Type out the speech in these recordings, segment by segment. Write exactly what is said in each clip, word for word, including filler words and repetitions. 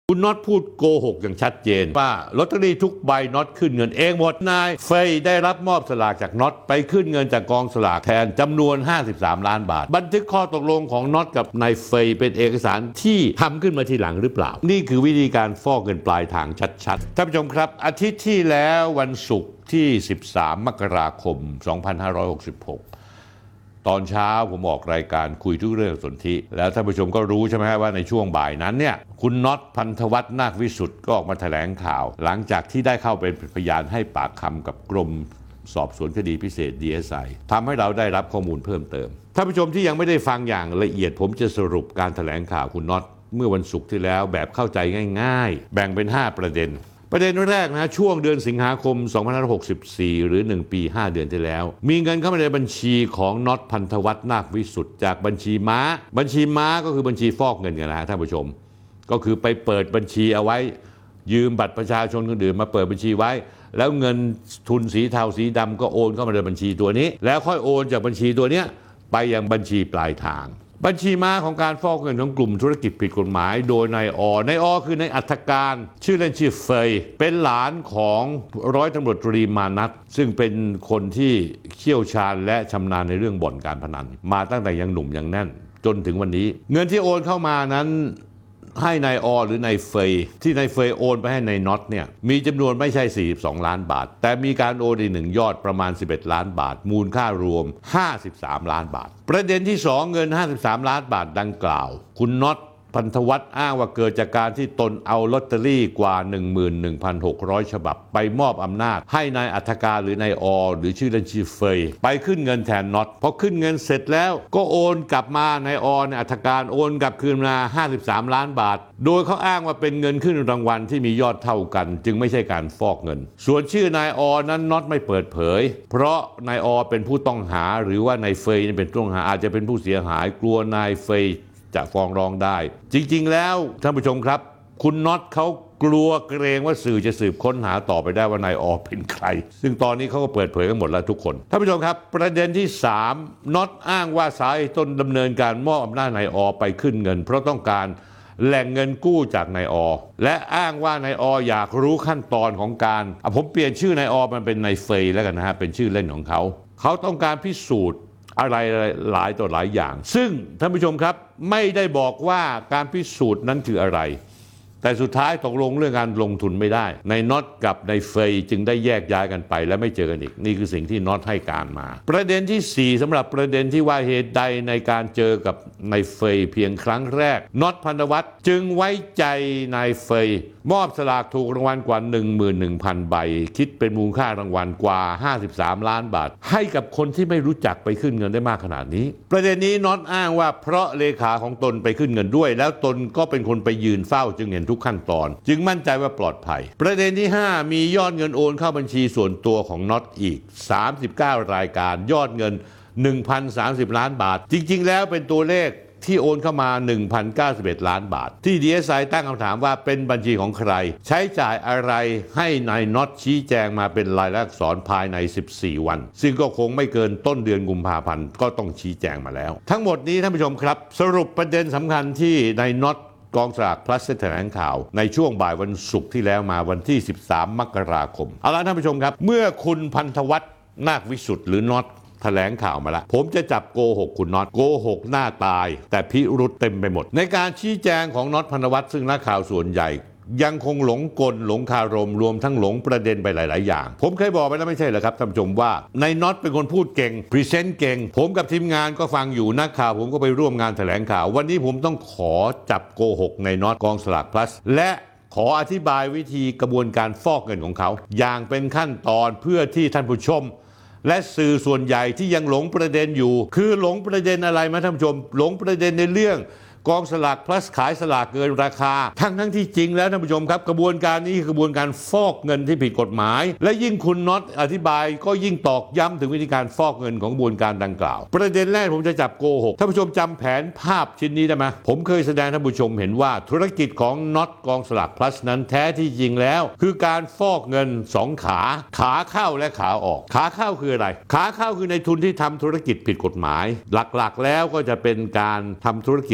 คุณน็อตพูดโกหกอย่างชัดเจนว่าลอตเตอรี่ทุกใบน็อตขึ้นเงินเองหมดนายเฟยได้รับมอบสลากจากน็อตไปขึ้นเงินจากกองสลากแทนจำนวนห้าสิบสามล้านบาทบันทึกข้อตกลงของน็อตกับนายเฟยเป็นเอกสารที่ทำขึ้นมาทีหลังหรือเปล่านี่คือวิธีการฟอกเงินปลายทางชัดๆท่านผู้ชมครับอาทิตย์ที่แล้ววันศุกร์ที่สิบสามมกราคมสองพันห้าร้อยหกสิบหกตอนเช้าผมออกรายการคุยทุกเรื่องสนธิแล้วท่านผู้ชมก็รู้ใช่ไหมว่าในช่วงบ่ายนั้นเนี่ยคุณน็อตพันธวัฒน์นาควิสุทธิ์ก็ออกมาแถลงข่าวหลังจากที่ได้เข้าเป็นพยานให้ปากคำกับกรมสอบสวนคดีพิเศษ ดี เอส ไอ ทำให้เราได้รับข้อมูลเพิ่มเติมท่านผู้ชมที่ยังไม่ได้ฟังอย่างละเอียดผมจะสรุปการแถลงข่าวคุณน็อตเมื่อวันศุกร์ที่แล้วแบบเข้าใจง่ายๆแบ่งเป็นห้าประเด็นประเด็นแรกนะช่วงเดือนสิงหาคมสองพันห้าร้อยหกสิบสี่หรือหนึ่งปีห้าเดือนที่แล้วมีเงินเข้ามาในบัญชีของน็อตพันธวัฒน์นาควิสุทธิ์จากบัญชีม้าบัญชีม้าก็คือบัญชีฟอกเงินกันนะฮะท่านผู้ชมก็คือไปเปิดบัญชีเอาไว้ยืมบัตรประชาชนคนอื่นมาเปิดบัญชีไว้แล้วเงินทุนสีเทาสีดำก็โอนเข้ามาในบัญชีตัวนี้แล้วค่อยโอนจากบัญชีตัวนี้ไปยังบัญชีปลายทางบัญชีม้าของการฟอกเงินของกลุ่มธุรกิจผิดกฎหมายโดยนายออนายอคือนายอัธการชื่อเล่นชื่อเฟยเป็นหลานของร้อยตำรวจตรีมานัทซึ่งเป็นคนที่เชี่ยวชาญและชำนาญในเรื่องบ่อนการพนันมาตั้งแต่ยังหนุ่มยังแน่นจนถึงวันนี้เงินที่โอนเข้ามานั้นให้นายอหรือนายเฟยที่นายเฟยโอนไปให้นายน็อตเนี่ยมีจำนวนไม่ใช่สี่สิบสองล้านบาทแต่มีการโอนอีกหนึ่งยอดประมาณสิบเอ็ดล้านบาทมูลค่ารวมห้าสิบสามล้านบาทประเด็นที่สองเงินห้าสิบสามล้านบาทดังกล่าวคุณน็อตพันธวัฒน์อ้างว่าเกิดจากการที่ตนเอาลอตเตอรี่กว่า หนึ่งหมื่นหนึ่งพันหกร้อย ฉบับไปมอบอำนาจให้นายอัธการหรือนายอหรือชื่อเล่นชื่อเฟยไปขึ้นเงินแทนน็อตพอขึ้นเงินเสร็จแล้วก็โอนกลับมานายอในอัธการโอนกลับคืนมาห้าสิบสามล้านบาทโดยเขาอ้างว่าเป็นเงินขึ้นรางวัลที่มียอดเท่ากันจึงไม่ใช่การฟอกเงินส่วนชื่อนายอนั้นน็อตไม่เปิดเผยเพราะนายอเป็นผู้ต้องหาหรือว่านายเฟยเป็นผู้ต้องหาอาจจะเป็นผู้เสียหายกลัวนายเฟยจะฟ้องร้องได้จริงๆแล้วท่านผู้ชมครับคุณน็อตเขากลัวเกรงว่าสื่อจะสืบค้นหาต่อไปได้ว่านายอเป็นใครซึ่งตอนนี้เขาก็เปิดเผยกันหมดแล้วทุกคนท่านผู้ชมครับประเด็นที่สามน็อตอ้างว่าสาเหตุต้นดำเนินการมอบอำนาจนายอไปขึ้นเงินเพราะต้องการแหล่งเงินกู้จากนายอและอ้างว่านายออยากรู้ขั้นตอนของการผมเปลี่ยนชื่อนายอมันเป็นนายเฟยแล้วกันนะฮะเป็นชื่อเล่นของเขาเขาต้องการพิสูจน์อะไรหลายต่อหลายอย่างซึ่งท่านผู้ชมครับไม่ได้บอกว่าการพิสูจน์นั้นคืออะไรแต่สุดท้ายตกลงเรื่องการลงทุนไม่ได้ในน็อตกับในเฟยจึงได้แยกย้ายกันไปและไม่เจอกันอีกนี่คือสิ่งที่น็อตให้การมาประเด็นที่สี่สำหรับประเด็นที่ว่าเหตุใดในการเจอกับนายเฟยเพียงครั้งแรกน็อตพันธวัฒน์จึงไว้ใจนายเฟยมอบสลากถูกรางวัลกว่า หนึ่งหมื่นหนึ่งพัน ใบคิดเป็นมูลค่ารางวัลกว่าห้าสิบสามล้านบาทให้กับคนที่ไม่รู้จักไปขึ้นเงินได้มากขนาดนี้ประเด็นนี้น็อตอ้างว่าเพราะเลขาของตนไปขึ้นเงินด้วยแล้วตนก็เป็นคนไปยืนเฝ้าจึงเห็นทุกขั้นตอนจึงมั่นใจว่าปลอดภัยประเด็นที่ห้ามียอดเงินโอนเข้าบัญชีส่วนตัวของน็อตอีกสามสิบเก้ารายการยอดเงิน หนึ่งพันสามสิบ ล้านบาทจริงๆแล้วเป็นตัวเลขที่โอนเข้ามา หนึ่งพันเก้าสิบเอ็ด ล้านบาทที่ ดี เอส ไอ ตั้งคำถามว่าเป็นบัญชีของใครใช้จ่ายอะไรให้นายน็อตชี้แจงมาเป็นลายลักษณ์อักษรภายในสิบสี่วันซึ่งก็คงไม่เกินต้นเดือนกุมภาพันธ์ก็ต้องชี้แจงมาแล้วทั้งหมดนี้ท่านผู้ชมครับสรุปประเด็นสำคัญที่นายน็อตกองสลากพลัสแถลงข่าวในช่วงบ่ายวันศุกร์ที่แล้วมาวันที่สิบสามมกราคมเอาล่ะท่านผู้ชมครับเมื่อคุณพันธวัฒน์นาควิสุทธิ์หรือน็อตแถลงข่าวมาแล้วผมจะจับโกหกคุณน็อตโกหกหน้าตายแต่พิรุธเต็มไปหมดในการชี้แจงของน็อตพันธวัฒน์ซึ่งนักข่าวส่วนใหญ่ยังคงหลงกลหลงคารมรวมทั้งหลงประเด็นไปหลายๆอย่างผมเคยบอกไปแล้วไม่ใช่เหรอครับท่านผู้ชมว่าในน็อตเป็นคนพูดเก่งพรีเซนต์เก่งผมกับทีมงานก็ฟังอยู่นักข่าวผมก็ไปร่วมงานแถลงข่าววันนี้ผมต้องขอจับโกหกในน็อตกองสลากพลัสและขออธิบายวิธีกระบวนการฟอกเงินของเขาอย่างเป็นขั้นตอนเพื่อที่ท่านผู้ชมและสื่อส่วนใหญ่ที่ยังหลงประเด็นอยู่คือหลงประเด็นอะไรมาท่านผู้ชมหลงประเด็นในเรื่องกองสลากพลัสขายสลากเกินราคาทั้งทั้งที่จริงแล้วท่านผู้ชมครับกระบวนการนี้คือกระบวนการฟอกเงินที่ผิดกฎหมายและยิ่งคุณน็อตอธิบายก็ยิ่งตอกย้ำถึงวิธีการฟอกเงินของกระบวนการดังกล่าวประเด็นแรกผมจะจับโกหกท่านผู้ชมจำแผนภาพชิ้นนี้ได้ไหมผมเคยแสดงท่านผู้ชมเห็นว่าธุรกิจของน็อตกองสลากพลัสนั้นแท้ที่จริงแล้วคือการฟอกเงินสองขาขาเข้าและขาออกขาเข้าคืออะไรขาเข้าคือในทุนที่ทำธุรกิจผิดกฎหมายหลักๆแล้วก็จะเป็นการทำธุรกิจทางด้าน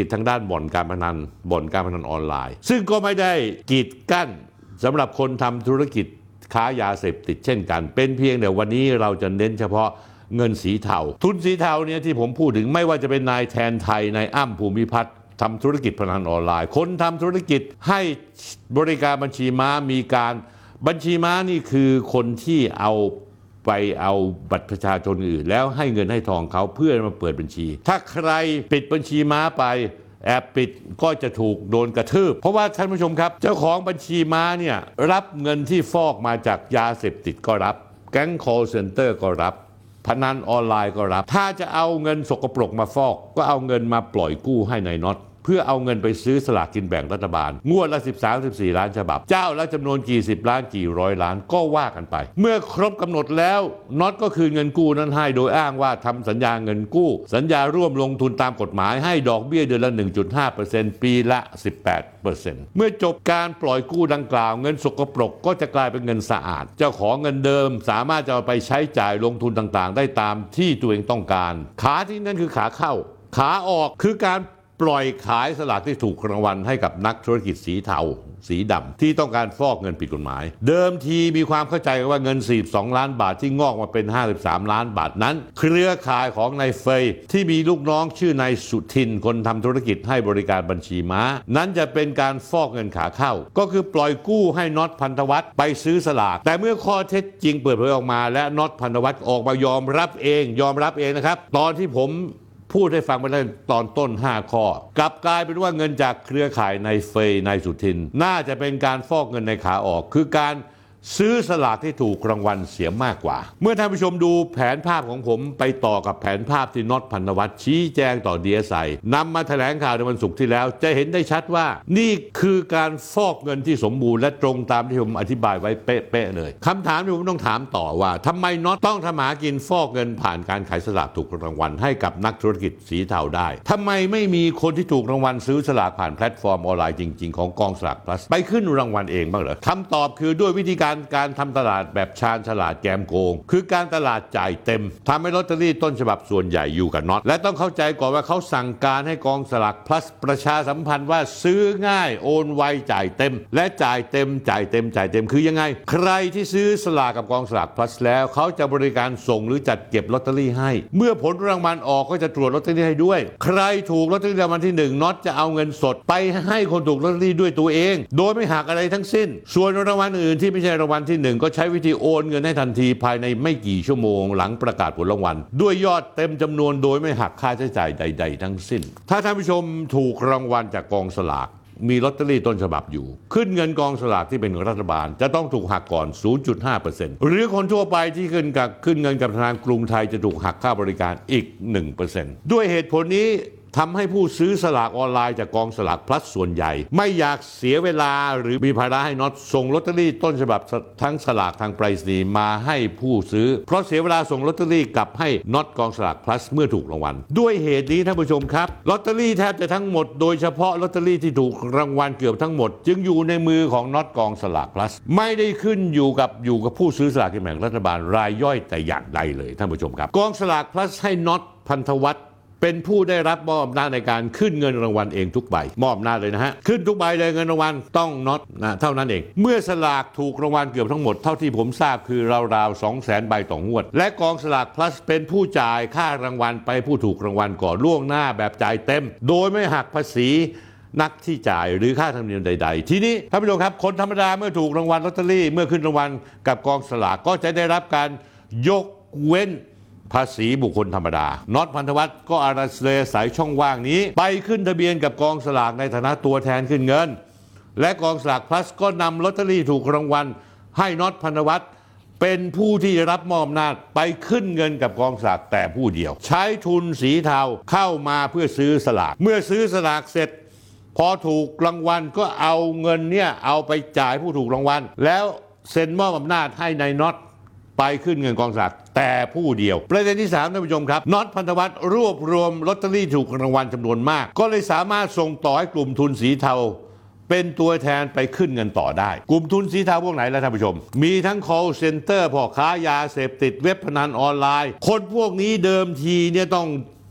บ่อนการพนันบ่อนการพนันออนไลน์ซึ่งก็ไม่ได้กีดกั้นสำหรับคนทำธุรกิจค้ายาเสพติดเช่นกันเป็นเพียงแต่วันนี้เราจะเน้นเฉพาะเงินสีเทาทุนสีเทาเนี่ยที่ผมพูดถึงไม่ว่าจะเป็นนายแทนไทยนายอ้ำภูมิพัฒน์ทำธุรกิจพนันออนไลน์คนทำธุรกิจให้บริการบัญชีม้ามีการบัญชีม้านี่คือคนที่เอาไปเอาบัตรประชาชนอื่นแล้วให้เงินให้ทองเขาเพื่อมาเปิดบัญชีถ้าใครปิดบัญชีม้าไปแอบปิดก็จะถูกโดนกระทืบเพราะว่าท่านผู้ชมครับเจ้าของบัญชีม้าเนี่ยรับเงินที่ฟอกมาจากยาเสพติดก็รับแก๊ง call center ก็รับพนันออนไลน์ก็รับถ้าจะเอาเงินสกปรกมาฟอกก็เอาเงินมาปล่อยกู้ให้นายน็อตเพื่อเอาเงินไปซื้อสลากกินแบ่งรัฐบาลงวดละสิบสาม สิบสี่ล้านฉบับเจ้าละจำนวนกี่สิบล้านกี่ร้อยล้านก็ว่ากันไปเมื่อครบกำหนดแล้วน็อตก็คืนเงินกู้นั้นให้โดยอ้างว่าทำสัญญาเงินกู้สัญญาร่วมลงทุนตามกฎหมายให้ดอกเบี้ยเดือนละ หนึ่งจุดห้าเปอร์เซ็นต์ ปีละ สิบแปดเปอร์เซ็นต์ เมื่อจบการปล่อยกู้ดังกล่าวเงินสกปรกก็จะกลายเป็นเงินสะอาดเจ้าของเงินเดิมสามารถจะเอาไปใช้จ่ายลงทุนต่างๆได้ตามที่ตัวเองต้องการขาที่นั่นคือขาเข้าขาออกคือการปล่อยขายสลากที่ถูกรางวัลให้กับนักธุรกิจสีเทาสีดำที่ต้องการฟอกเงินผิดกฎหมายเดิมทีมีความเข้าใจว่าเงินสี่สิบสองล้านบาทที่งอกมาเป็นห้าสิบสามล้านบาทนั้นเครือข่ายของนายเฟยที่มีลูกน้องชื่อนายสุทินคนทำธุรกิจให้บริการบัญชีม้านั้นจะเป็นการฟอกเงินขาเข้าก็คือปล่อยกู้ให้น็อตพันธวัฒน์ไปซื้อสลากแต่เมื่อข้อเท็จจริงเปิดเผยออกมาและน็อตพันธวัฒน์ออกมายอมรับเองยอมรับเองนะครับตอนที่ผมพูดให้ฟังไปแล้วตอนต้นห้าข้อกลับกลายเป็นว่าเงินจากเครือข่ายนายเฟยนายสุทินน่าจะเป็นการฟอกเงินในขาออกคือการซื้อสลากที่ถูกรางวัลเสียมากกว่าเมื่อท่านผู้ชมดูแผนภาพของผมไปต่อกับแผนภาพที่น็อตพันธวัฒน์ชี้แจงต่อ ดี เอส ไอ นำมาแถลงข่าวในวันศุกร์ที่แล้วจะเห็นได้ชัดว่านี่คือการฟอกเงินที่สมบูรณ์และตรงตามที่ผมอธิบายไว้เป๊ะๆเลยคำถามที่ผมต้องถามต่อว่าทำไมน็อตต้องทำหากินฟอกเงินผ่านการขายสลากถูกรางวัลให้กับนักธุรกิจสีเทาได้ทำไมไม่มีคนที่ถูกรางวัลซื้อสลากผ่านแพลตฟอร์มออนไลน์จริงๆของกองสลาก plus ไปขึ้นรางวัลเองบ้างเหรอคำตอบคือด้วยวิธีการการทำตลาดแบบชาญฉลาดแกมโกงคือการตลาดจ่ายเต็มทำให้ลอตเตอรี่ต้นฉบับส่วนใหญ่อยู่กับน็อตและต้องเข้าใจก่อนว่าเขาสั่งการให้กองสลาก plus ประชาสัมพันธ์ว่าซื้อง่ายโอนไวจ่ายเต็มและจ่ายเต็มจ่ายเต็มจ่ายเต็มคือยังไงใครที่ซื้อสลากกับกองสลาก plus แล้วเขาจะบริการส่งหรือจัดเก็บลอตเตอรี่ให้เมื่อผลรางวัลออกก็จะตรวจลอตเตอรี่ให้ด้วยใครถูกลอตเตอรี่รางวัลที่หนึ่งน็อตจะเอาเงินสดไปให้คนถูกลอตเตอรี่ด้วยตัวเองโดยไม่หักอะไรทั้งสิ้นส่วนรางวัลอื่นที่ไม่ใช่รางวัลที่หนึ่งก็ใช้วิธีโอนเงินให้ทันทีภายในไม่กี่ชั่วโมงหลังประกาศผลรางวัลด้วยยอดเต็มจำนวนโดยไม่หักค่าใช้จ่ายใดๆทั้งสิ้นถ้าท่านผู้ชมถูกรางวัลจากกองสลากมีลอตเตอรี่ต้นฉบับอยู่ขึ้นเงินกองสลากที่เป็นของรัฐบาลจะต้องถูกหักก่อน ศูนย์จุดห้าเปอร์เซ็นต์ หรือคนทั่วไปที่ขึ้นกับขึ้นเงินกับธนาคารกรุงไทยจะถูกหักค่าบริการอีก หนึ่งเปอร์เซ็นต์ ด้วยเหตุผลนี้ทำให้ผู้ซื้อสลากออนไลน์จากกองสลาก plus ส่วนใหญ่ไม่อยากเสียเวลาหรือมีภาระให้น็อตส่งลอตเตอรี่ต้นฉบับทั้งสลากทางไปรษณีย์มาให้ผู้ซื้อเพราะเสียเวลาส่งลอตเตอรี่กลับให้น็อตกองสลาก plus เมื่อถูกรางวัลด้วยเหตุนี้ท่านผู้ชมครับลอตเตอรี่แทบจะทั้งหมดโดยเฉพาะลอตเตอรี่ที่ถูกรางวัลเกือบทั้งหมดจึงอยู่ในมือของน็อตกองสลาก plus ไม่ได้ขึ้นอยู่กับอยู่กับผู้ซื้อสลากกินแบ่งรัฐบาลรายย่อยแต่อย่างใดเลยท่านผู้ชมครับกองสลาก plus ให้น็อตพันธวัฒน์เป็นผู้ได้รับมอบอำนาจในการขึ้นเงินรางวัลเองทุกใบมอบอำนาจเลยนะฮะขึ้นทุกใบเลยเงินรางวัลต้องน็อตนะเท่านั้นเองเมื่อสลากถูกรางวัลเกือบทั้งหมดเท่าที่ผมทราบคือราวๆ สองแสน ใบต่องวดและกองสลาก plus เป็นผู้จ่ายค่ารางวัลไปผู้ถูกรางวัลก่อนล่วงหน้าแบบจ่ายเต็มโดยไม่หักภาษีนักที่จ่ายหรือค่าธรรมเนียมใดๆทีนี้ท่านผู้ชมครับคนธรรมดาเมื่อถูกรางวัลลอตเตอรี่เมื่อขึ้นรางวัลกับกองสลากก็จะได้รับการยกเว้นภาษีบุคคลธรรมดาน็อตพันธวัฒน์ก็อาศัยช่องว่างนี้ไปขึ้นทะเบียนกับกองสลากในฐานะตัวแทนขึ้นเงินและกองสลาก plus ก็นำลอตเตอรี่ถูกรางวัลให้น็อตพันธวัฒน์เป็นผู้ที่รับมอบอำนาจไปขึ้นเงินกับกองสลากแต่ผู้เดียวใช้ทุนสีเทาเข้ามาเพื่อซื้อสลากเมื่อซื้อสลากเสร็จพอถูกรางวัลก็เอาเงินเนี่ยเอาไปจ่ายผู้ถูกรางวัลแล้วเซ็นมอบอำนาจให้นายน็อตไปขึ้นเงินกองสลากแต่ผู้เดียวประเด็นที่สามท่านผู้ชมครับน็อตพันธวัฒน์รวบรวมลอตเตอรี่ถูกรางวัลจำนวนมากก็เลยสามารถส่งต่อให้กลุ่มทุนสีเทาเป็นตัวแทนไปขึ้นเงินต่อได้กลุ่มทุนสีเทาพวกไหนล่ะท่านผู้ชมมีทั้ง call center พ่อค้ายาเสพติดเว็บพนันออนไลน์คนพวกนี้เดิมทีเนี่ยต้อง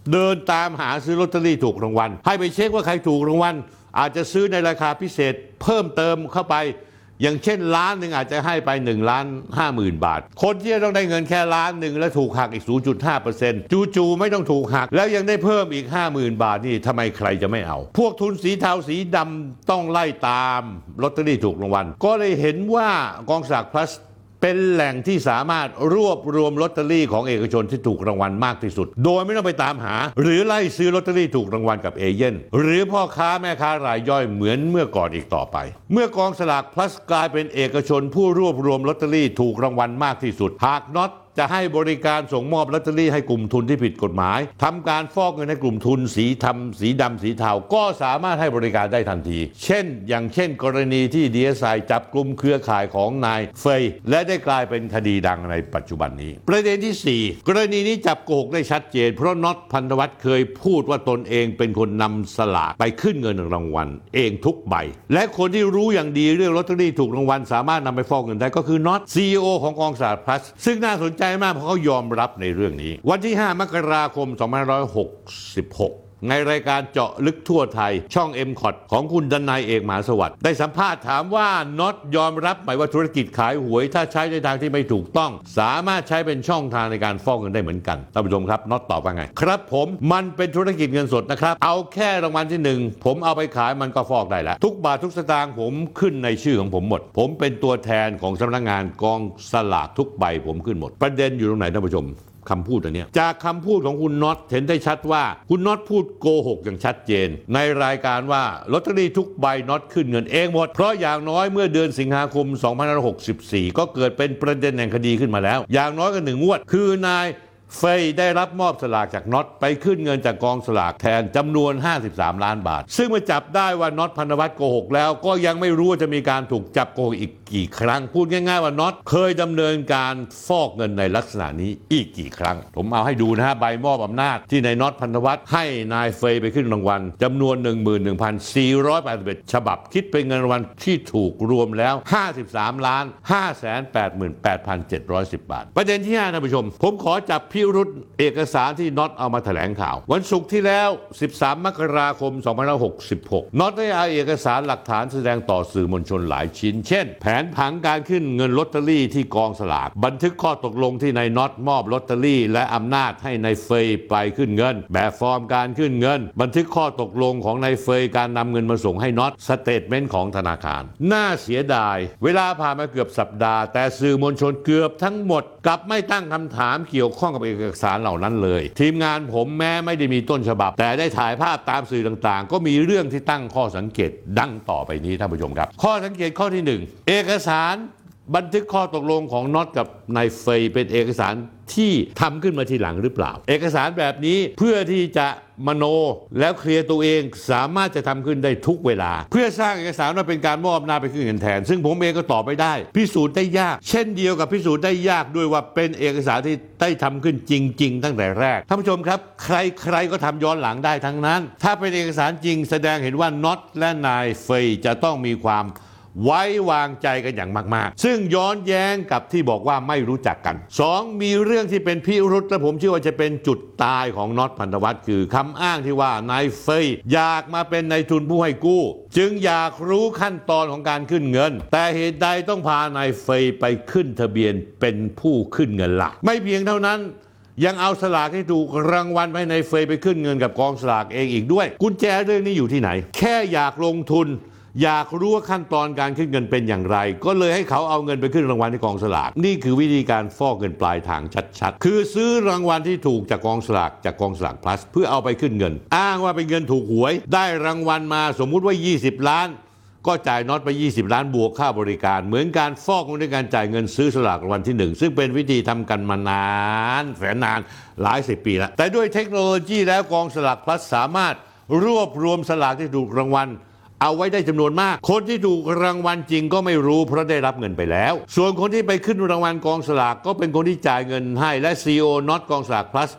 เดินตามหาซื้อลอตเตอรี่ถูกรางวัลให้ไปเช็คว่าใครถูกรางวัลอาจจะซื้อในราคาพิเศษเพิ่มเติมเข้าไปอย่างเช่นล้านหนึ่งอาจจะให้ไปหนึ่งล้านห้าหมื่นบาทคนที่จะต้องได้เงินแค่ล้านหนึ่งแล้วถูกหักอีก ศูนย์จุดห้าเปอร์เซ็นต์ จู่ๆไม่ต้องถูกหักแล้วยังได้เพิ่มอีก ห้าหมื่นบาทนี่ทำไมใครจะไม่เอาพวกทุนสีเทาสีดำต้องไล่ตามลอตเตอรี่ถูกรางวัลก็เลยเห็นว่ากองสลากพลัสเป็นแหล่งที่สามารถรวบรวมลอตเตอรี่ของเอกชนที่ถูกรางวัลมากที่สุดโดยไม่ต้องไปตามหาหรือไล่ซื้อลอตเตอรี่ถูกรางวัลกับเอเย่นหรือพ่อค้าแม่ค้ารายย่อยเหมือนเมื่อก่อนอีกต่อไปเมื่อกองสลากพลัสกลายเป็นเอกชนผู้รวบรวมลอตเตอรี่ถูกรางวัลมากที่สุดหากน็อตจะให้บริการส่งมอบลอตเตอรี่ให้กลุ่มทุนที่ผิดกฎหมายทำการฟอกเงินให้กลุ่มทุนสีทำสีดำสีเทาก็สามารถให้บริการได้ทันทีเช่นอย่างเช่นกรณีที่ ดี เอส ไอ จับกลุ่มเครือข่ายของนายเฟยและได้กลายเป็นคดีดังในปัจจุบันนี้ประเด็นที่สี่กรณีนี้จับโกหกได้ชัดเจนเพราะน็อตพันธวัฒน์เคยพูดว่าตนเองเป็นคนนำสลากไปขึ้นเงินรางวัลเองทุกใบและคนที่รู้อย่างดีเรื่องลอตเตอรี่ถูกรางวัลสามารถนำไปฟอกเงินได้ก็คือน็อต ซี อี โอ ของกองสลากพลัสซึ่งน่าสนใจมากเพราะเขายอมรับในเรื่องนี้วันที่ห้ามกราคมสองพันห้าร้อยหกสิบหกในรายการเจาะลึกทั่วไทยช่อง เอ็ม คอท ของคุณดนัยเอกมหาสวัสดิ์ได้สัมภาษณ์ถามว่าน็อตยอมรับไหมว่าธุรกิจขายหวยถ้าใช้ในทางที่ไม่ถูกต้องสามารถใช้เป็นช่องทางในการฟอกเงินได้เหมือนกันท่านผู้ชมครับน็อตตอบว่าไงครับผมมันเป็นธุรกิจเงินสดนะครับเอาแค่รางวัลที่หนึ่งผมเอาไปขายมันก็ฟอกได้แล้วทุกบาททุกสตางค์ผมขึ้นในชื่อของผมหมดผมเป็นตัวแทนของสำนักงานกองสลากทุกใบผมขึ้นหมดประเด็นอยู่ตรงไหนท่านผู้ชมคำพูดอันนี้จากคำพูดของคุณน็อตเห็นได้ชัดว่าคุณน็อตพูดโกหกอย่างชัดเจนในรายการว่าลอตเตอรี่ทุกใบน็อตขึ้นเงินเองหมดเพราะอย่างน้อยเมื่อเดือนสิงหาคมสองพันห้าร้อยหกสิบสี่ก็เกิดเป็นประเด็นแห่งคดีขึ้นมาแล้วอย่างน้อยก็หนึ่งงวดคือนายเฟยได้รับมอบสลากจากน็อตไปขึ้นเงินจากกองสลากแทนจำนวนห้าสิบสามล้านบาทซึ่งเมื่อจับได้ว่าน็อตพันธวัฒน์โกหกแล้วก็ยังไม่รู้ว่าจะมีการถูกจับโกหกอีกกี่ครั้งพูดง่ายๆว่าน็อตเคยดำเนินการฟอกเงินในลักษณะนี้อีกกี่ครั้งผมเอาให้ดูนะฮะใบมอบอำนาจที่นายน็อตพันธวัฒน์ให้นายเฟยไปขึ้นรางวัลจำนวน หนึ่งหมื่นหนึ่งพันสี่ร้อยแปดสิบเอ็ด ฉบับคิดเป็นเงินรางวัลที่ถูกรวมแล้วห้าสิบสามล้านห้าแสนแปดหมื่นแปดพันเจ็ดร้อยสิบบาทประเด็นที่ห้าท่านผู้ชมผมขอจับพิรุธเอกสารที่น็อตเอามาแถลงข่าววันศุกร์ที่แล้วสิบสามมกราคมสองพันห้าร้อยหกสิบหกน็อตได้เอาเอกสารหลักฐานแสดงต่อสื่อมวลชนหลายชิ้นเช่นแผนผังการขึ้นเงินลอตเตอรี่ที่กองสลากบันทึกข้อตกลงที่นายน็อตมอบลอตเตอรี่และอำนาจให้นายเฟยไปขึ้นเงินแบบฟอร์มการขึ้นเงินบันทึกข้อตกลงของนายเฟยการนำเงินมาส่งให้น็อตสเตทเมนต์ของธนาคารน่าเสียดายเวลาผ่านมาเกือบสัปดาห์แต่สื่อมวลชนเกือบทั้งหมดกลับไม่ตั้งคำถามเกี่ยวข้องกับเอกสารเหล่านั้นเลยทีมงานผมแม้ไม่ได้มีต้นฉบับแต่ได้ถ่ายภาพตามสื่อต่างๆก็มีเรื่องที่ตั้งข้อสังเกตดังต่อไปนี้ท่านผู้ชมครับข้อสังเกตข้อที่หนึ่งเอกสารบันทึกข้อตกลงของน็อตกับนายเฟยเป็นเอกสารที่ทำขึ้นมาทีหลังหรือเปล่าเอกสารแบบนี้เพื่อที่จะมโนแล้วเคลียร์ตัวเองสามารถจะทำขึ้นได้ทุกเวลาเพื่อสร้างเอกสารว่าเป็นการมอบอำนาจไปขึ้นเงินแทนซึ่งผมเองก็ตอบไม่ได้พิสูจน์ได้ยากเช่นเดียวกับพิสูจน์ได้ยากด้วยว่าเป็นเอกสารที่ได้ทำขึ้นจริงๆตั้งแต่แรกท่านผู้ชมครับใครๆก็ทำย้อนหลังได้ทั้งนั้นถ้าเป็นเอกสารจริงแสดงเห็นว่าน็อตและนายเฟยจะต้องมีความไว้วางใจกันอย่างมากๆซึ่งย้อนแย้งกับที่บอกว่าไม่รู้จักกันสองมีเรื่องที่เป็นพิรุธและผมเชื่อว่าจะเป็นจุดตายของน็อตพันธวัฒน์คือคำอ้างที่ว่านายเฟยอยากมาเป็นนายทุนผู้ให้กู้จึงอยากรู้ขั้นตอนของการขึ้นเงินแต่เหตุใดต้องพานายเฟยไปขึ้นทะเบียนเป็นผู้ขึ้นเงินหลักไม่เพียงเท่านั้นยังเอาสลากที่ถูกรางวัลไปในเฟยไปขึ้นเงินกับกองสลากเองอีกด้วยกุญแจเรื่องนี้อยู่ที่ไหนแค่อยากลงทุนอยากรู้ว่าขั้นตอนการขึ้นเงินเป็นอย่างไรก็เลยให้เขาเอาเงินไปขึ้นรางวัลที่กองสลากนี่คือวิธีการฟอกเงินปลายทางชัดๆคือซื้อรางวัลที่ถูกจากกองสลากจากกองสลากพลัสเพื่อเอาไปขึ้นเงินอ้างว่าเป็นเงินถูกหวยได้รางวัลมาสมมุติว่ายี่สิบล้านก็จ่ายน็อตไปยี่สิบล้านบวกค่าบริการเหมือนการฟอกเงินด้วยการจ่ายเงินซื้อสลากรางวัลที่หนึ่งซึ่งเป็นวิธีทำกันมานานแสนนานหลายสิบปีแล้วแต่ด้วยเทคโนโลยีแล้วกองสลากพลัสสามารถรวบรวมสลากที่ถูกรางวัลเอาไว้ได้จำนวนมากคนที่ถูกรางวัลจริงก็ไม่รู้เพราะได้รับเงินไปแล้วส่วนคนที่ไปขึ้นรางวัลกองสลากก็เป็นคนที่จ่ายเงินให้และ ซี อี โอ น็อตกองสลากพลัส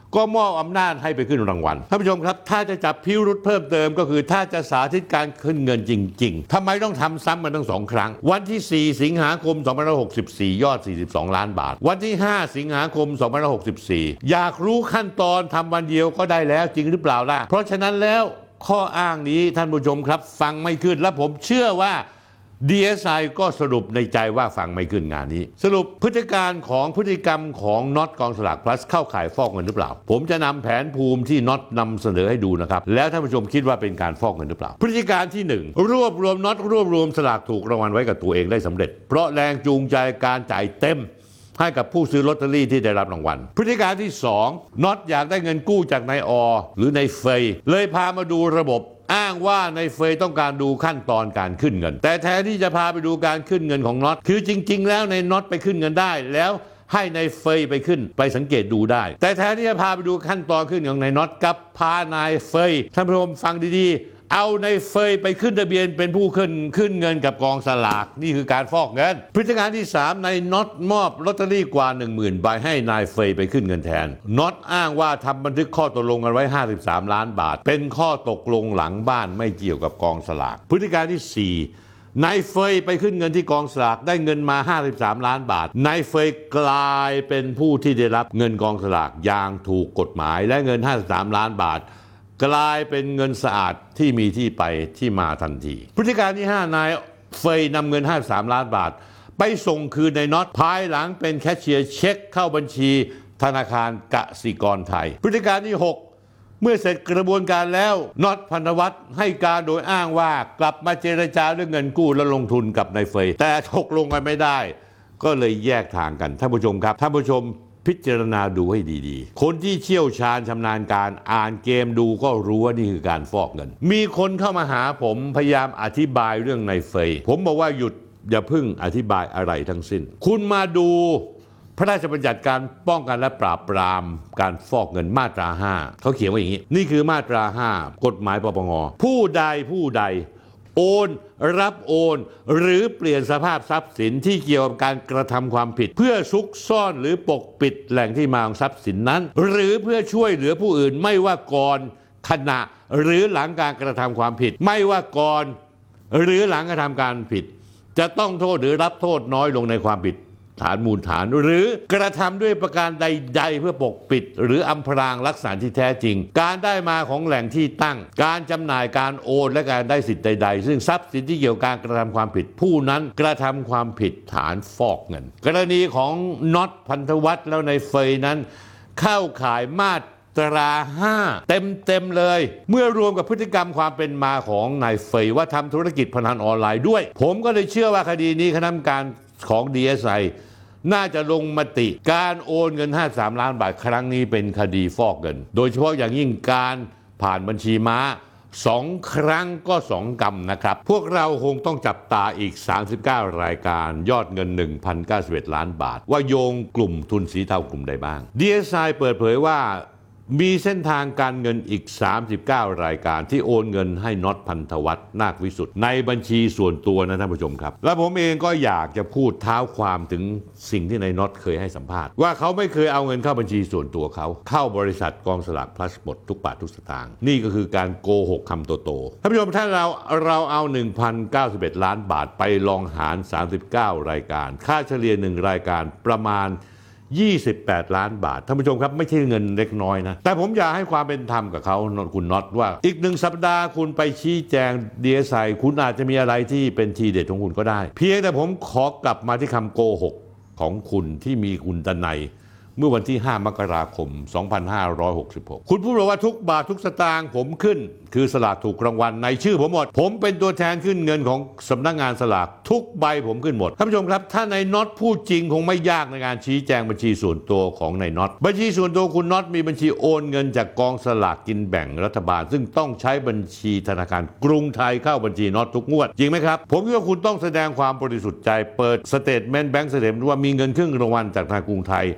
ก็มอบอำนาจให้ไปขึ้นรางวัลท่านผู้ชมครับถ้าจะจับพิรุธเพิ่มเติมก็คือถ้าจะสาธิตการขึ้นเงินจริงๆทำไมต้องทำซ้ำมันทั้งสองครั้งวันที่สี่สิงหาคมสองพันห้าร้อยหกสิบสี่ยอดสี่สิบสองล้านบาทวันที่ห้าสิงหาคมสองพันห้าร้อยหกสิบสี่อยากรู้ขั้นตอนทำวันเดียวก็ได้แล้วจริงหรือเปล่าล่ะเพราะฉะนั้นแล้วข้ออ้างนี้ท่านผู้ชมครับฟังไม่ขึ้นและผมเชื่อว่า ดี เอส ไอ ก็สรุปในใจว่าฟังไม่ขึ้นงานนี้สรุปพฤติการของพฤติกรรมของน็อตกองสลาก plus เข้าข่ายฟอกเงินหรือเปล่าผมจะนำแผนภูมิที่น็อตนำเสนอให้ดูนะครับแล้วท่านผู้ชมคิดว่าเป็นการฟอกเงินหรือเปล่าพฤติการที่หนึ่งรวบรวมน็อตรวบรวมสลากถูกรางวัลไว้กับตัวเองได้สำเร็จเพราะแรงจูงใจการจ่ายเต็มให้กับผู้ซื้อลอตเตอรี่ที่ได้รับรางวัลพฤติการที่สองน็อตอยากได้เงินกู้จากนายอหรือนายเฟยเลยพามาดูระบบอ้างว่าในเฟยต้องการดูขั้นตอนการขึ้นเงินแต่แทนที่จะพาไปดูการขึ้นเงินของน็อตคือจริงๆแล้วในน็อตไปขึ้นเงินได้แล้วให้ในเฟยไปขึ้นไปสังเกตดูได้แต่แทนที่จะพาไปดูขั้นตอนขึ้นของในน็อตกับพานายเฟยท่านผู้ชมฟังดีๆเอาในเฟยไปขึ้นทะเบียนเป็นผู้ขึ้นขึ้นเงินกับกองสลากนี่คือการฟอกเงินพฤติการที่สามในน็อตมอบลอตเตอรี่กว่า หนึ่งหมื่น ใบให้นายเฟยไปขึ้นเงินแทนน็อตอ้างว่าทำบันทึกข้อตกลงกันไว้ห้าสิบสามล้านบาทเป็นข้อตกลงหลังบ้านไม่เกี่ยวกับกองสลากพฤติการที่สี่นายเฟยไปขึ้นเงินที่กองสลากได้เงินมาห้าสิบสามล้านบาทนายเฟยกลายเป็นผู้ที่ได้รับเงินกองสลากอย่างถูกกฎหมายและเงินห้าสิบสามล้านบาทกลายเป็นเงินสะอาดที่มีที่ไปที่มาทันทีพฤติการที่ห้านายเฟยนำเงินห้าสิบสามล้านบาทไปส่งคืนในน็อตภายหลังเป็นแคชเชียร์เช็คเข้าบัญชีธนาคารกสิกรไทยพฤติการที่หกเมื่อเสร็จกระบวนการแล้วน็อตพันธวัฒน์ให้การโดยอ้างว่ากลับมาเจรจาเรื่องเงินกู้และลงทุนกับนายเฟยแต่ตกลงกันไม่ได้ก็เลยแยกทางกันท่านผู้ชมครับท่านผู้ชมพิจารณาดูให้ดีๆคนที่เชี่ยวชาญชำนาญการอ่านเกมดูก็รู้ว่านี่คือการฟอกเงินมีคนเข้ามาหาผมพยายามอธิบายเรื่องนายเฟยผมบอกว่าหยุดอย่าเพิ่งอธิบายอะไรทั้งสิ้นคุณมาดูพระราชบัญญัติการป้องกันและปราบปรามการฟอกเงินมาตราห้าเขาเขียนว่าอย่างนี้นี่คือมาตราห้ากฎหมายปปงผู้ใดผู้ใดโอนรับโอนหรือเปลี่ยนสภาพทรัพย์สินที่เกี่ยวกับการกระทำความผิดเพื่อซุกซ่อนหรือปกปิดแหล่งที่มาของทรัพย์สินนั้นหรือเพื่อช่วยเหลือผู้อื่นไม่ว่าก่อนขณะหรือหลังการกระทำความผิดไม่ว่าก่อนหรือหลังกระทำการผิดจะต้องโทษหรือรับโทษน้อยลงในความผิดฐานมูลฐานหรือกระทำด้วยประการใดๆเพื่อปกปิดหรืออำพรางลักษณะที่แท้จริงการได้มาของแหล่งที่ตั้งการจำหน่ายการโอนและการได้สิทธิ์ใดๆซึ่งทรัพย์สินที่เกี่ยวกับการกระทำความผิดผู้นั้นกระทำความผิดฐานฟอกเงินกรณีของน็อตพันธวัฒน์แล้วในเฟยนั้นเข้าข่ายมาตราห้าเต็มๆเลยเมื่อรวมกับพฤติกรรมความเป็นมาของนายเฟยว่าทำธุรกิจพนันออนไลน์ด้วยผมก็เลยเชื่อว่าคดีนี้คณะกรรมการของ ดี เอส ไอน่าจะลงมติการโอนเงินห้าสิบสามล้านบาทครั้งนี้เป็นคดีฟอกเงินโดยเฉพาะอย่างยิ่งการผ่านบัญชีม้าสองครั้งก็สองกรรมนะครับพวกเราคงต้องจับตาอีกสามสิบเก้ารายการยอดเงิน หนึ่งพันเก้าสิบเอ็ด ล้านบาทว่าโยงกลุ่มทุนสีเทากลุ่มใดบ้าง ดี เอส ไอ เปิดเผยว่ามีเส้นทางการเงินอีกสามสิบเก้ารายการที่โอนเงินให้น็อตพันธวัฒน์นาควิสุทธิ์ในบัญชีส่วนตัวนะท่านผู้ชมครับและผมเองก็อยากจะพูดเท้าความถึงสิ่งที่นายน็อตเคยให้สัมภาษณ์ว่าเขาไม่เคยเอาเงินเข้าบัญชีส่วนตัวเขาเข้าบริษัทกองสลากพลัสหมดทุกบาททุกสตางค์นี่ก็คือการโกหกคำโตๆท่านผู้ชมถ้าเราเราเอา หนึ่งพันเก้าสิบเอ็ด ล้านบาทไปลองหารสามสิบเก้ารายการค่าเฉลี่ยหนึ่งรายการประมาณยี่สิบแปดล้านบาทท่านผู้ชมครับไม่ใช่เงินเล็กน้อยนะแต่ผมอยากให้ความเป็นธรรมกับเขาคุณน็อตว่าอีกหนึ่งสัปดาห์คุณไปชี้แจง ดี เอส ไอ คุณอาจจะมีอะไรที่เป็นทีเด็ดของคุณก็ได้เพียงแต่ผมขอกลับมาที่คำโกหกของคุณที่มีคุณดนัยเมื่อวันที่ห้ามกราคมสองพันห้าร้อยหกสิบหกคุณพูดว่าทุกบาททุกสตางค์ผมขึ้นคือสลากถูกรางวัลในชื่อผมหมดผมเป็นตัวแทนขึ้นเงินของสำนักงานสลากทุกใบผมขึ้นหมดท่านผู้ชมครับถ้านายน็อตพูดจริงคงไม่ยากในการชี้แจงบัญชีส่วนตัวของนายน็อตบัญชีส่วนตัวคุณน็อตมีบัญชีโอนเงินจากกองสลากกินแบ่งรัฐบาลซึ่งต้องใช้บัญชีธนาคารกรุงไทยเข้าบัญชีน็อตทุกงวดจริงไหมครับผมคิดว่าคุณต้องแสดงความบริสุทธิ์ใจเปิดสเตทเมนต์แบงก์สเตทเมนต์ว่ามีเงินครึ่งรางวัลจากธนาคารกรุงไทยจาก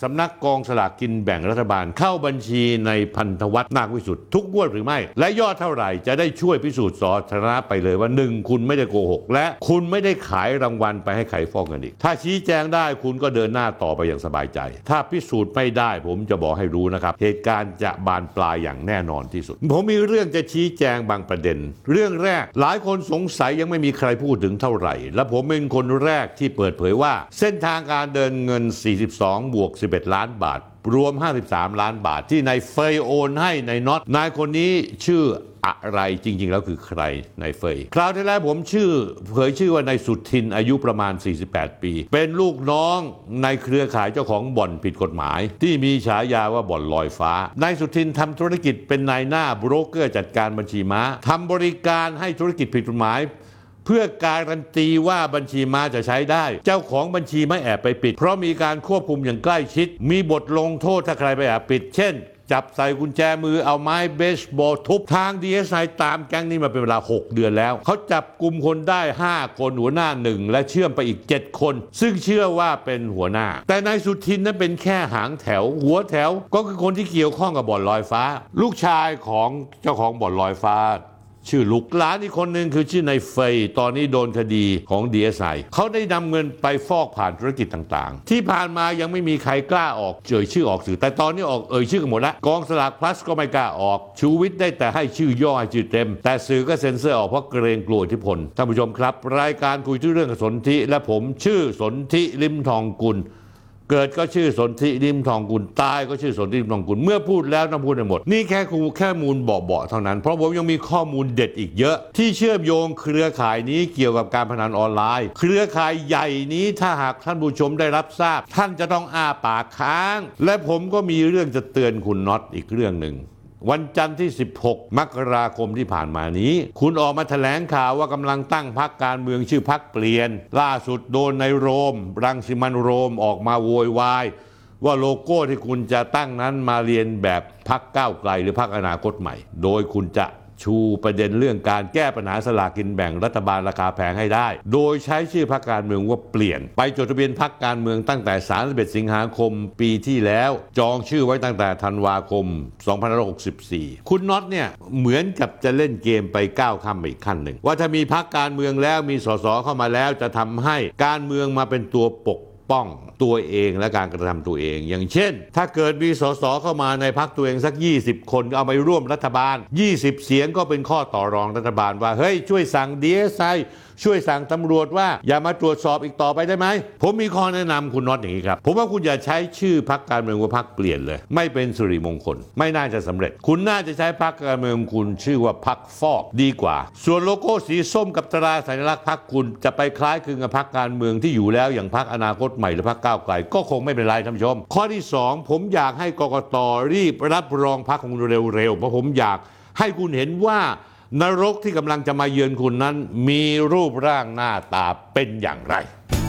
สำนักกองสลากกินแบ่งรัฐบาลเข้าบัญชีในพันธวัฒน์นาควิสุทธิ์ทุกงวดหรือไม่และยอดเท่าไหร่จะได้ช่วยพิสูจน์สาธารณะไปเลยว่าหนึ่งคุณไม่ได้โกหกและคุณไม่ได้ขายรางวัลไปให้ใครฟอกเงินอีกถ้าชี้แจงได้คุณก็เดินหน้าต่อไปอย่างสบายใจถ้าพิสูจน์ไม่ได้ผมจะบอกให้รู้นะครับเหตุการณ์จะบานปลายอย่างแน่นอนที่สุดผมมีเรื่องจะชี้แจงบางประเด็นเรื่องแรกหลายคนสงสัยยังไม่มีใครพูดถึงเท่าไหร่และผมเป็นคนแรกที่เปิดเผยว่าเส้นทางการเดินเงินสี่สิบสองบวกสิบเอ็ดล้านบาทรวมห้าสิบสามล้านบาทที่นายเฟยโอนให้นายน็อตนายคนนี้ชื่ออะไรจริงๆแล้วคือใครนายเฟยคราวที่แล้วผมชื่อเผยชื่อว่านายสุทินอายุประมาณสี่สิบแปดปีเป็นลูกน้องในเครือข่ายเจ้าของบ่อนผิดกฎหมายที่มีฉายาว่าบ่อนลอยฟ้านายสุทินทำธุรกิจเป็นนายหน้าโบรกเกอร์จัดการบัญชีม้าทำบริการให้ธุรกิจผิดกฎหมายเพื่อการันตีว่าบัญชีม้าจะใช้ได้เจ้าของบัญชีไม่แอบไปปิดเพราะมีการควบคุมอย่างใกล้ชิดมีบทลงโทษถ้าใครไปแอบปิดเช่นจับใส่กุญแจมือเอาไม้เบสบอลทุบทาง ดี เอส ไอ ตามแก๊งนี้มาเป็นเวลาหกเดือนแล้วเขาจับกลุ่มคนได้ห้าคนหัวหน้าหนึ่งและเชื่อมไปอีกเจ็ดคนซึ่งเชื่อว่าเป็นหัวหน้าแต่นายสุทินนั้นเป็นแค่หางแถวหัวแถวก็คือคนที่เกี่ยวข้องกับบ่อนลอยฟ้าลูกชายของเจ้าของบ่อนลอยฟ้าชื่อลูกหลานอีกคนหนึ่งคือชื่อนายเฟยตอนนี้โดนคดีของ ดี เอส ไอ เขาได้นำเงินไปฟอกผ่านธุรกิจต่างๆที่ผ่านมายังไม่มีใครกล้าออกเอ่ยชื่อออกสื่อแต่ตอนนี้ออกเอ่ยชื่อกันหมดแล้วกองสลากพลัสก็ไม่กล้าออกชูวิทย์ได้แต่ให้ชื่อย่อให้ชื่อเต็มแต่สื่อก็เซ็นเซอร์ออกเพราะเกรงกลัวอิทธิพลท่านผู้ชมครับรายการคุยเรื่องสนธิและผมชื่อสนธิลิมทองกุลเกิดก็ชื่อสนธิริมทองกุลตายก็ชื่อสนธิริมทองกุลเมื่อพูดแล้วต้องพูดให้หมดนี่แค่คูแค่มูลเบาๆเท่านั้นเพราะผมยังมีข้อมูลเด็ดอีกเยอะที่เชื่อมโยงเครือข่ายนี้เกี่ยวกับการพนันออนไลน์เครือข่ายใหญ่นี้ถ้าหากท่านผู้ชมได้รับทราบท่านจะต้องอ้าปากค้างและผมก็มีเรื่องจะเตือนคุณน็อตอีกเรื่องหนึ่งวันจันทร์ที่สิบหกมกราคมที่ผ่านมานี้คุณออกมาแถลงข่าวว่ากำลังตั้งพรรคการเมืองชื่อพรรคเปลี่ยนล่าสุดโดนในโรมรังสิมันโรมออกมาโวยวายว่าโลโก้ที่คุณจะตั้งนั้นมาเรียนแบบพรรคก้าวไกลหรือพรรคอนาคตใหม่โดยคุณจะชูประเด็นเรื่องการแก้ปัญหาสลากกินแบ่งรัฐบาลราคาแพงให้ได้โดยใช้ชื่อพรรคการเมืองว่าเปลี่ยนไปจดทะเบียนพรรคการเมืองตั้งแต่สามสิบเอ็ดสิงหาคมปีที่แล้วจองชื่อไว้ตั้งแต่ธันวาคมสองพันห้าร้อยหกสิบสี่คุณน็อตเนี่ยเหมือนกับจะเล่นเกมไปก้าวข้ามไปอีกขั้นหนึ่งว่าถ้ามีพรรคการเมืองแล้วมีสสเข้ามาแล้วจะทำให้การเมืองมาเป็นตัวปกป้องตัวเองและการกระทำตัวเองอย่างเช่นถ้าเกิดมีสสเข้ามาในพรรคตัวเองสักยี่สิบคนเอาไปร่วมรัฐบาลยี่สิบเสียงก็เป็นข้อต่อรองรัฐบาลว่าเฮ้ยช่วยสั่ง ดี เอส ไอ ช่วยสั่งตำรวจว่าอย่ามาตรวจสอบอีกต่อไปได้ไหมผมมีข้อแนะนำคุณน็อตอย่างนี้ครับผมว่าคุณอย่าใช้ชื่อพรรคการเมืองว่าพรรคเปลี่ยนเลยไม่เป็นสิริมงคลไม่น่าจะสำเร็จคุณน่าจะใช้พรรคการเมืองคุณชื่อว่าพรรคฟอกดีกว่าส่วนโลโก้สีส้มกับตราสัญลักษณ์พรรคคุณจะไปคล้ายคลึงกับพรรคการเมืองที่อยู่แล้วอย่างพรรคอนาคตใหม่หรือพรรคก้าวไกลก็คงไม่เป็นไรท่านผู้ชมข้อที่สองผมอยากให้กกต.รีบรับรองพรรคของคุณเร็วๆเพราะผมอยากให้คุณเห็นว่านรกที่กำลังจะมาเยือนคุณนั้นมีรูปร่างหน้าตาเป็นอย่างไร